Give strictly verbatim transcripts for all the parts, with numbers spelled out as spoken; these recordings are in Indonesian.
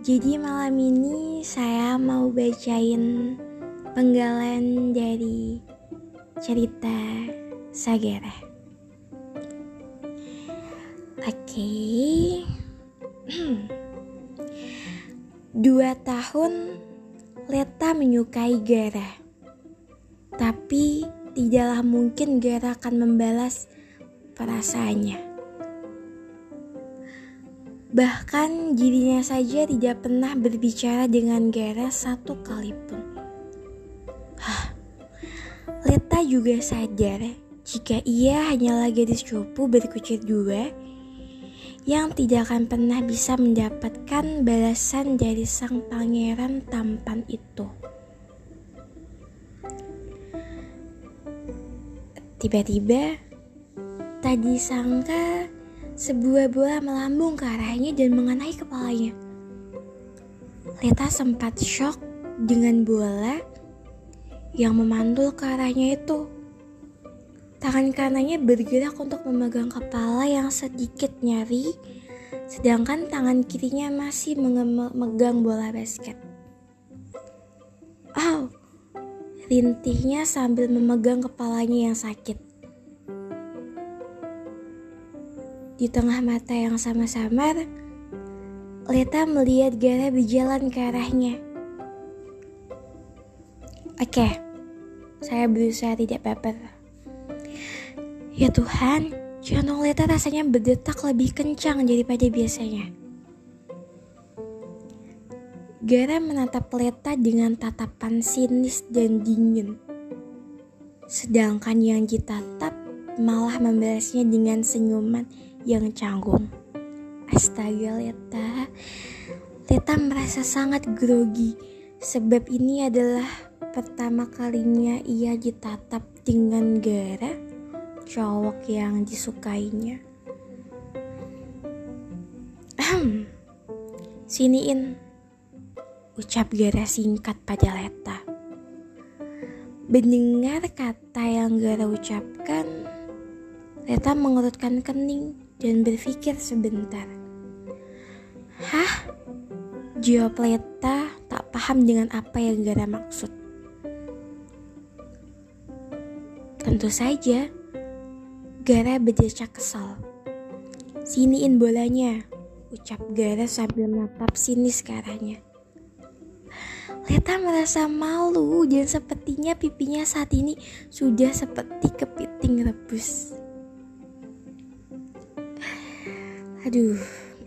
Jadi malam ini saya mau bacain penggalan dari cerita Sagara. Oke. Dua tahun Leta menyukai Gara. Tapi tidaklah mungkin Gara akan membalas perasaannya. Bahkan dirinya saja tidak pernah berbicara dengan Gara satu kali pun. Hah, Leta juga sadar jika ia hanyalah gadis cupu berkucir dua yang tidak akan pernah bisa mendapatkan balasan dari sang pangeran tampan itu. Tiba-tiba, tak disangka sebuah bola melambung ke arahnya dan mengenai kepalanya. Leta sempat shock dengan bola yang memantul ke arahnya itu. Tangan kanannya bergerak untuk memegang kepala yang sedikit nyeri, sedangkan tangan kirinya masih memegang bola basket. Au! Rintihnya sambil memegang kepalanya yang sakit. Di tengah mata yang sama-samar, Leta melihat Gara berjalan ke arahnya. Oke, saya berusaha tidak baper. Ya Tuhan, jantung Leta rasanya berdetak lebih kencang daripada biasanya. Gara menatap Leta dengan tatapan sinis dan dingin. Sedangkan yang ditatap malah membalasnya dengan senyuman yang canggung. Astaga Leta. Leta merasa sangat grogi sebab ini adalah pertama kalinya ia ditatap dengan Gara, cowok yang disukainya. Ahem. Siniin, ucap Gara singkat pada Leta. Mendengar kata yang Gara ucapkan, Leta mengerutkan kening dan berpikir sebentar. Hah? Jawab Leta tak paham dengan apa yang Gara maksud. Tentu saja, Gara berdecak kesal. Siniin bolanya, ucap Gara sambil menatap sinis ke arahnya. Leta merasa malu dan sepertinya pipinya saat ini sudah seperti kepiting rebus. Aduh.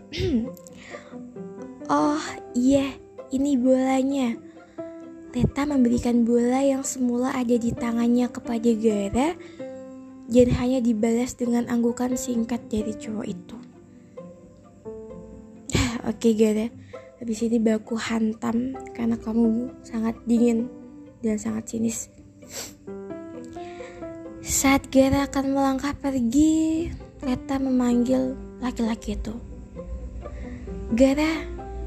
Oh iya, ini bolanya. Leta memberikan bola yang semula ada di tangannya kepada Gara dan hanya dibalas dengan anggukan singkat dari cowok itu. Oke Gara, habis ini baku hantam karena kamu sangat dingin dan sangat sinis. Saat Gara akan melangkah pergi, Leta memanggil laki-laki itu. Gara,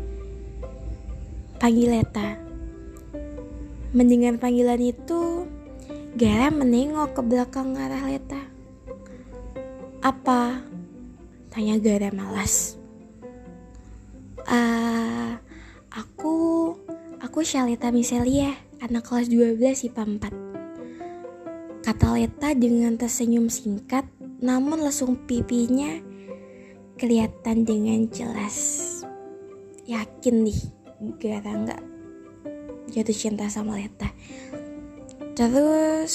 panggil Leta. Mendengar panggilan itu, Gara menengok ke belakang arah Leta. Apa? Tanya Gara malas. Ah, aku, aku Shalita Miselia, anak kelas dua belas I P A empat. Kata Leta dengan tersenyum singkat, namun lesung pipinya kelihatan dengan jelas. Yakin nih Gara gak jatuh cinta sama Leta. Terus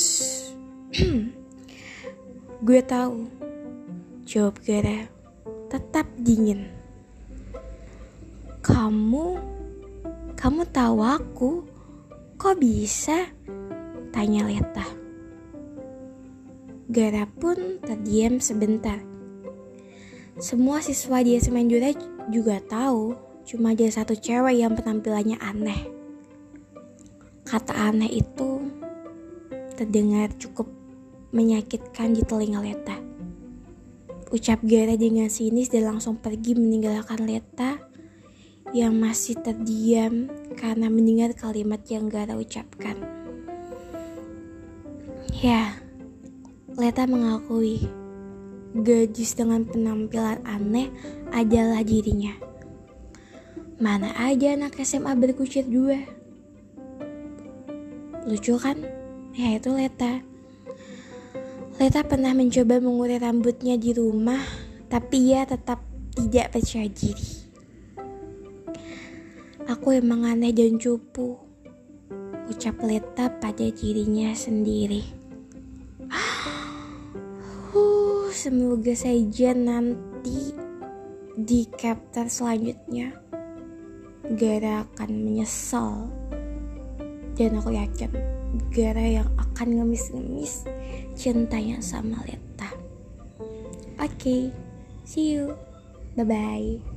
gue tahu, jawab Gara tetap dingin. Kamu, kamu tahu aku? Kok bisa? Tanya Leta. Gara pun terdiam sebentar. Semua siswa di S M N Jura juga tahu, cuma ada satu cewek yang penampilannya aneh. Kata aneh itu terdengar cukup menyakitkan di telinga Leta. Ucap Gara dengan sinis dan langsung pergi meninggalkan Leta yang masih terdiam karena mendengar kalimat yang Gara ucapkan. Ya, Leta mengakui gadis dengan penampilan aneh adalah dirinya. Mana aja anak S M A berkucir dua. Lucu kan? Ya itu Leta. Leta pernah mencoba mengurai rambutnya di rumah, tapi ia tetap tidak percaya diri. Aku emang aneh dan cupu, ucap Leta pada dirinya sendiri. Huh, semoga saja nanti di chapter selanjutnya Gara akan menyesal. Dan aku yakin Gara yang akan ngemis-ngemis cintanya sama Leta. Oke, okay, see you. Bye-bye.